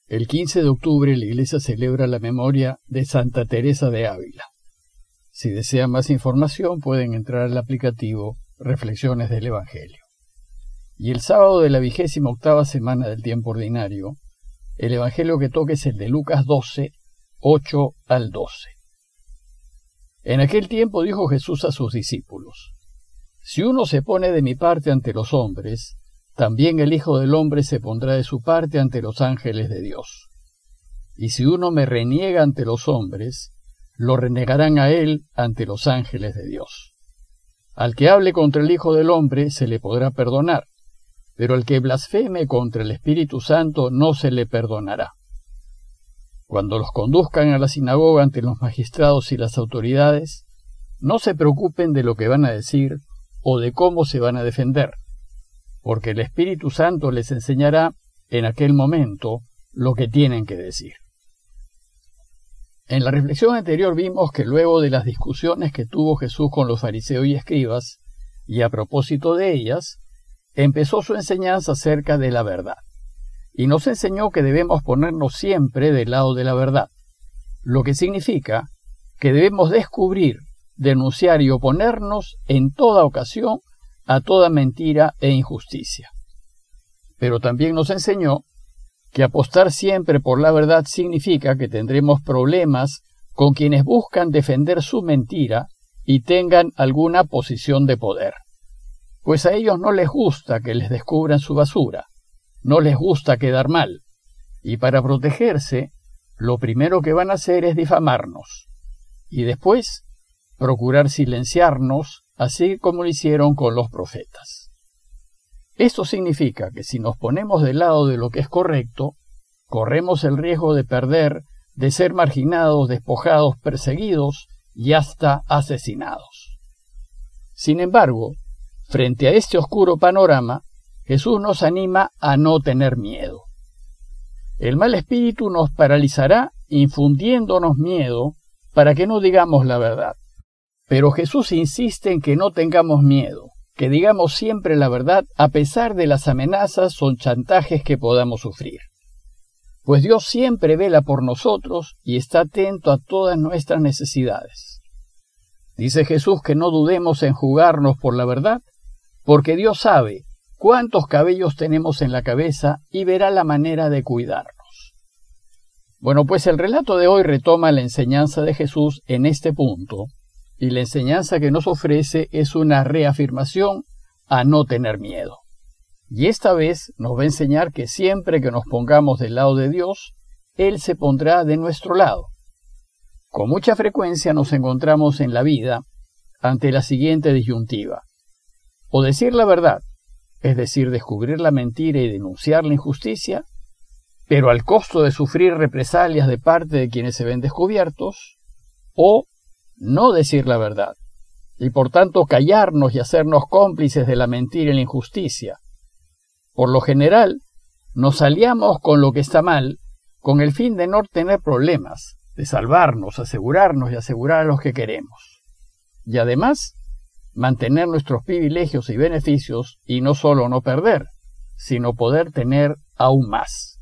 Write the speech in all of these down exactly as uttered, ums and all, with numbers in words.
El quince de octubre la Iglesia celebra la memoria de Santa Teresa de Ávila. Si desean más información pueden entrar al aplicativo Reflexiones del Evangelio. Y el sábado de la vigésima octava semana del tiempo ordinario, el Evangelio que toca es el de Lucas doce, ocho al doce. En aquel tiempo dijo Jesús a sus discípulos: Si uno se pone de mi parte ante los hombres, también el Hijo del Hombre se pondrá de su parte ante los ángeles de Dios. Y si uno me reniega ante los hombres, lo renegarán a él ante los ángeles de Dios. Al que hable contra el Hijo del Hombre se le podrá perdonar, pero al que blasfeme contra el Espíritu Santo no se le perdonará. Cuando los conduzcan a la sinagoga ante los magistrados y las autoridades, no se preocupen de lo que van a decir o de cómo se van a defender, porque el Espíritu Santo les enseñará en aquel momento lo que tienen que decir. En la reflexión anterior vimos que luego de las discusiones que tuvo Jesús con los fariseos y escribas, y a propósito de ellas, empezó su enseñanza acerca de la verdad. Y nos enseñó que debemos ponernos siempre del lado de la verdad, lo que significa que debemos descubrir, denunciar y oponernos en toda ocasión a toda mentira e injusticia. Pero también nos enseñó que apostar siempre por la verdad significa que tendremos problemas con quienes buscan defender su mentira y tengan alguna posición de poder, pues a ellos no les gusta que les descubran su basura, no les gusta quedar mal, y para protegerse, lo primero que van a hacer es difamarnos, y después procurar silenciarnos, así como lo hicieron con los profetas. Esto significa que si nos ponemos del lado de lo que es correcto, corremos el riesgo de perder, de ser marginados, despojados, perseguidos y hasta asesinados. Sin embargo, frente a este oscuro panorama, Jesús nos anima a no tener miedo. El mal espíritu nos paralizará infundiéndonos miedo para que no digamos la verdad. Pero Jesús insiste en que no tengamos miedo, que digamos siempre la verdad a pesar de las amenazas o chantajes que podamos sufrir. Pues Dios siempre vela por nosotros y está atento a todas nuestras necesidades. Dice Jesús que no dudemos en jugarnos por la verdad, porque Dios sabe cuántos cabellos tenemos en la cabeza y verá la manera de cuidarnos. Bueno, pues el relato de hoy retoma la enseñanza de Jesús en este punto, y la enseñanza que nos ofrece es una reafirmación a no tener miedo. Y esta vez nos va a enseñar que siempre que nos pongamos del lado de Dios, Él se pondrá de nuestro lado. Con mucha frecuencia nos encontramos en la vida ante la siguiente disyuntiva: o decir la verdad, es decir, descubrir la mentira y denunciar la injusticia, pero al costo de sufrir represalias de parte de quienes se ven descubiertos, o no decir la verdad, y por tanto callarnos y hacernos cómplices de la mentira y la injusticia. Por lo general, nos aliamos con lo que está mal, con el fin de no tener problemas, de salvarnos, asegurarnos y asegurar a los que queremos. Y además, mantener nuestros privilegios y beneficios, y no solo no perder, sino poder tener aún más.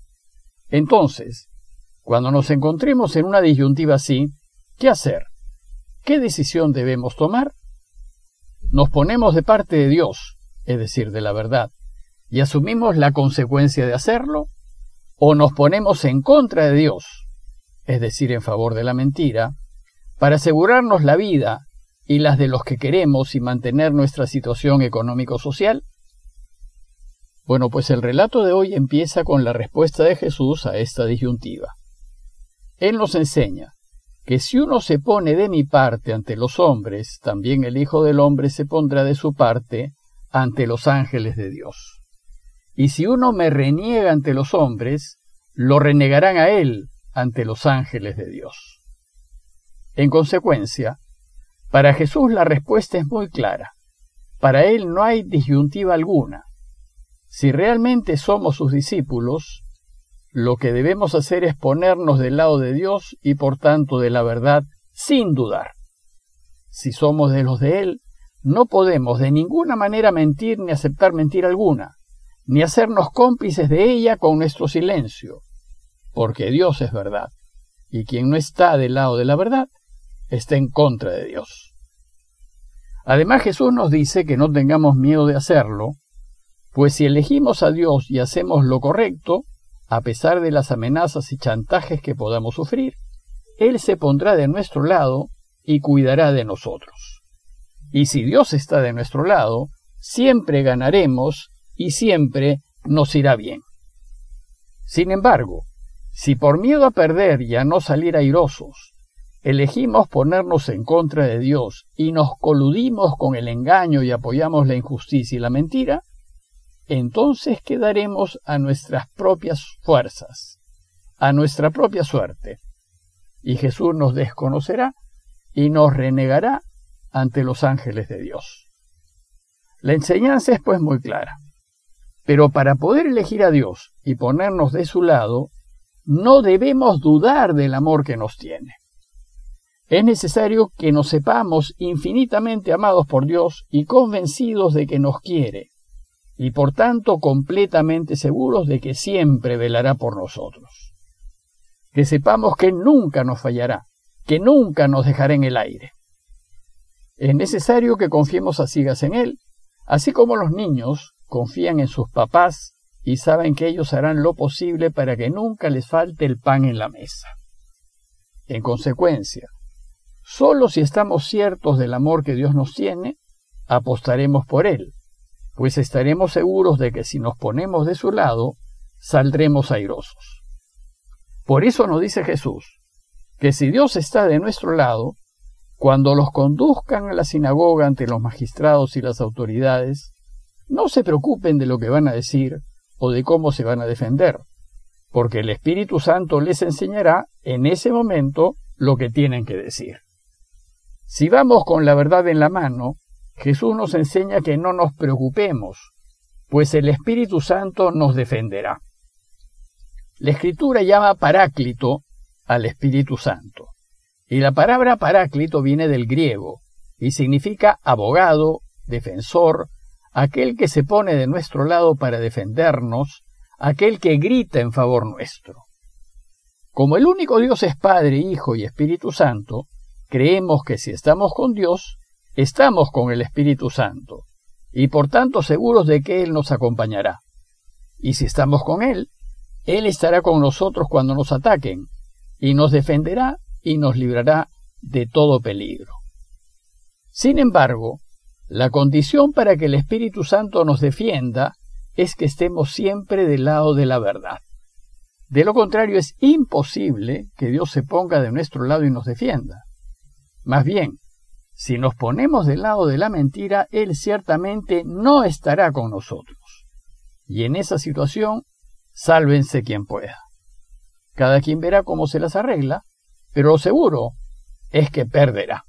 Entonces, cuando nos encontremos en una disyuntiva así, ¿qué hacer? ¿Qué decisión debemos tomar? ¿Nos ponemos de parte de Dios, es decir, de la verdad, y asumimos la consecuencia de hacerlo? ¿O nos ponemos en contra de Dios, es decir, en favor de la mentira, para asegurarnos la vida y las de los que queremos y mantener nuestra situación económico-social? Bueno, pues el relato de hoy empieza con la respuesta de Jesús a esta disyuntiva. Él nos enseña que si uno se pone de mi parte ante los hombres, también el Hijo del Hombre se pondrá de su parte ante los ángeles de Dios. Y si uno me reniega ante los hombres, lo renegarán a él ante los ángeles de Dios. En consecuencia, para Jesús la respuesta es muy clara. Para él no hay disyuntiva alguna. Si realmente somos sus discípulos, lo que debemos hacer es ponernos del lado de Dios y por tanto de la verdad sin dudar. Si somos de los de Él, no podemos de ninguna manera mentir ni aceptar mentira alguna, ni hacernos cómplices de ella con nuestro silencio, porque Dios es verdad, y quien no está del lado de la verdad, está en contra de Dios. Además, Jesús nos dice que no tengamos miedo de hacerlo, pues si elegimos a Dios y hacemos lo correcto, a pesar de las amenazas y chantajes que podamos sufrir, Él se pondrá de nuestro lado y cuidará de nosotros. Y si Dios está de nuestro lado, siempre ganaremos y siempre nos irá bien. Sin embargo, si por miedo a perder y a no salir airosos, elegimos ponernos en contra de Dios y nos coludimos con el engaño y apoyamos la injusticia y la mentira, entonces quedaremos a nuestras propias fuerzas, a nuestra propia suerte, y Jesús nos desconocerá y nos renegará ante los ángeles de Dios. La enseñanza es pues muy clara, pero para poder elegir a Dios y ponernos de su lado, no debemos dudar del amor que nos tiene. Es necesario que nos sepamos infinitamente amados por Dios y convencidos de que nos quiere, y por tanto completamente seguros de que siempre velará por nosotros. Que sepamos que nunca nos fallará, que nunca nos dejará en el aire. Es necesario que confiemos a ciegas en Él, así como los niños confían en sus papás y saben que ellos harán lo posible para que nunca les falte el pan en la mesa. En consecuencia, solo si estamos ciertos del amor que Dios nos tiene, apostaremos por Él, pues estaremos seguros de que si nos ponemos de su lado, saldremos airosos. Por eso nos dice Jesús, que si Dios está de nuestro lado, cuando los conduzcan a la sinagoga ante los magistrados y las autoridades, no se preocupen de lo que van a decir o de cómo se van a defender, porque el Espíritu Santo les enseñará en ese momento lo que tienen que decir. Si vamos con la verdad en la mano, Jesús nos enseña que no nos preocupemos, pues el Espíritu Santo nos defenderá. La Escritura llama Paráclito al Espíritu Santo, y la palabra Paráclito viene del griego, y significa abogado, defensor, aquel que se pone de nuestro lado para defendernos, aquel que grita en favor nuestro. Como el único Dios es Padre, Hijo y Espíritu Santo, creemos que si estamos con Dios, estamos con el Espíritu Santo, y por tanto seguros de que Él nos acompañará. Y si estamos con Él, Él estará con nosotros cuando nos ataquen, y nos defenderá y nos librará de todo peligro. Sin embargo, la condición para que el Espíritu Santo nos defienda es que estemos siempre del lado de la verdad. De lo contrario, es imposible que Dios se ponga de nuestro lado y nos defienda. Más bien, si nos ponemos del lado de la mentira, Él ciertamente no estará con nosotros. Y en esa situación, sálvense quien pueda. Cada quien verá cómo se las arregla, pero lo seguro es que perderá.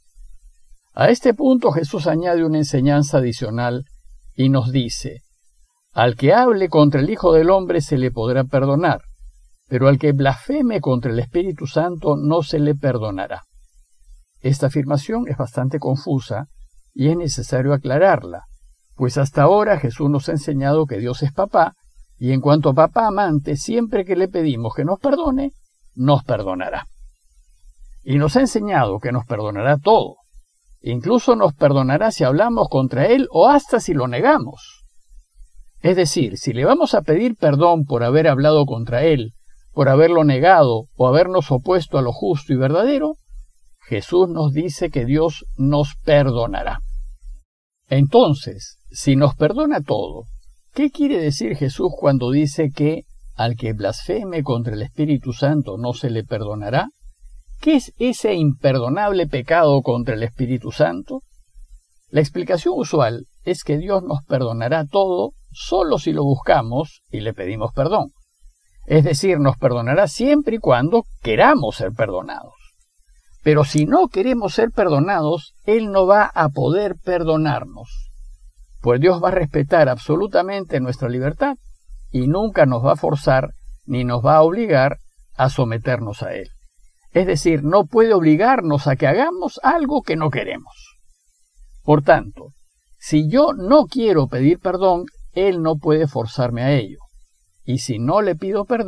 A este punto Jesús añade una enseñanza adicional y nos dice: al que hable contra el Hijo del Hombre se le podrá perdonar, pero al que blasfeme contra el Espíritu Santo no se le perdonará. Esta afirmación es bastante confusa y es necesario aclararla, pues hasta ahora Jesús nos ha enseñado que Dios es papá, y en cuanto a papá amante, siempre que le pedimos que nos perdone, nos perdonará. Y nos ha enseñado que nos perdonará todo. Incluso nos perdonará si hablamos contra Él o hasta si lo negamos. Es decir, si le vamos a pedir perdón por haber hablado contra Él, por haberlo negado o habernos opuesto a lo justo y verdadero, Jesús nos dice que Dios nos perdonará. Entonces, si nos perdona todo, ¿qué quiere decir Jesús cuando dice que al que blasfeme contra el Espíritu Santo no se le perdonará? ¿Qué es ese imperdonable pecado contra el Espíritu Santo? La explicación usual es que Dios nos perdonará todo solo si lo buscamos y le pedimos perdón. Es decir, nos perdonará siempre y cuando queramos ser perdonados. Pero si no queremos ser perdonados, Él no va a poder perdonarnos, pues Dios va a respetar absolutamente nuestra libertad y nunca nos va a forzar ni nos va a obligar a someternos a Él. Es decir, no puede obligarnos a que hagamos algo que no queremos. Por tanto, si yo no quiero pedir perdón, Él no puede forzarme a ello. Y si no le pido perdón,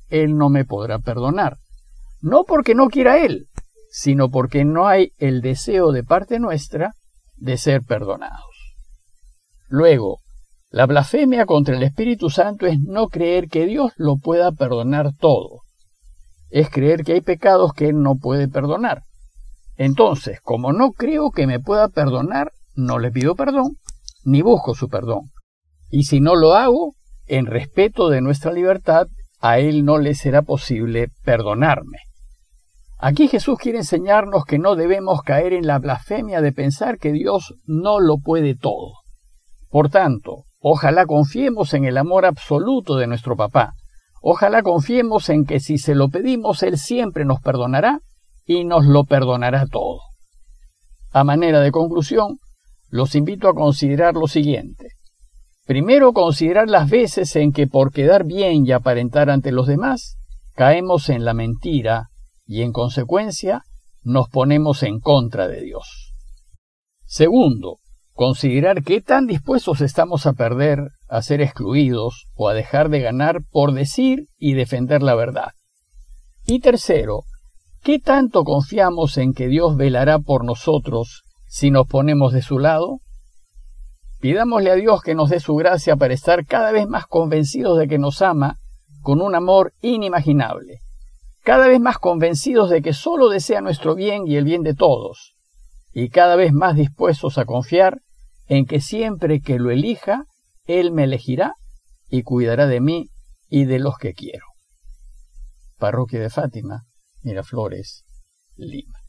Él no me podrá perdonar. No porque no quiera Él, sino porque no hay el deseo de parte nuestra de ser perdonados. Luego, la blasfemia contra el Espíritu Santo es no creer que Dios lo pueda perdonar todo. Es creer que hay pecados que Él no puede perdonar. Entonces, como no creo que me pueda perdonar, no le pido perdón, ni busco su perdón. Y si no lo hago, en respeto de nuestra libertad, a Él no le será posible perdonarme. Aquí Jesús quiere enseñarnos que no debemos caer en la blasfemia de pensar que Dios no lo puede todo. Por tanto, ojalá confiemos en el amor absoluto de nuestro Papá. Ojalá confiemos en que si se lo pedimos, Él siempre nos perdonará y nos lo perdonará todo. A manera de conclusión, los invito a considerar lo siguiente. Primero, considerar las veces en que por quedar bien y aparentar ante los demás, caemos en la mentira y en consecuencia nos ponemos en contra de Dios. Segundo, considerar qué tan dispuestos estamos a perder, a ser excluidos o a dejar de ganar por decir y defender la verdad. Y tercero, qué tanto confiamos en que Dios velará por nosotros si nos ponemos de su lado. Pidámosle a Dios que nos dé su gracia para estar cada vez más convencidos de que nos ama con un amor inimaginable, cada vez más convencidos de que solo desea nuestro bien y el bien de todos, y cada vez más dispuestos a confiar en que siempre que lo elija, Él me elegirá y cuidará de mí y de los que quiero. Parroquia de Fátima, Miraflores, Lima.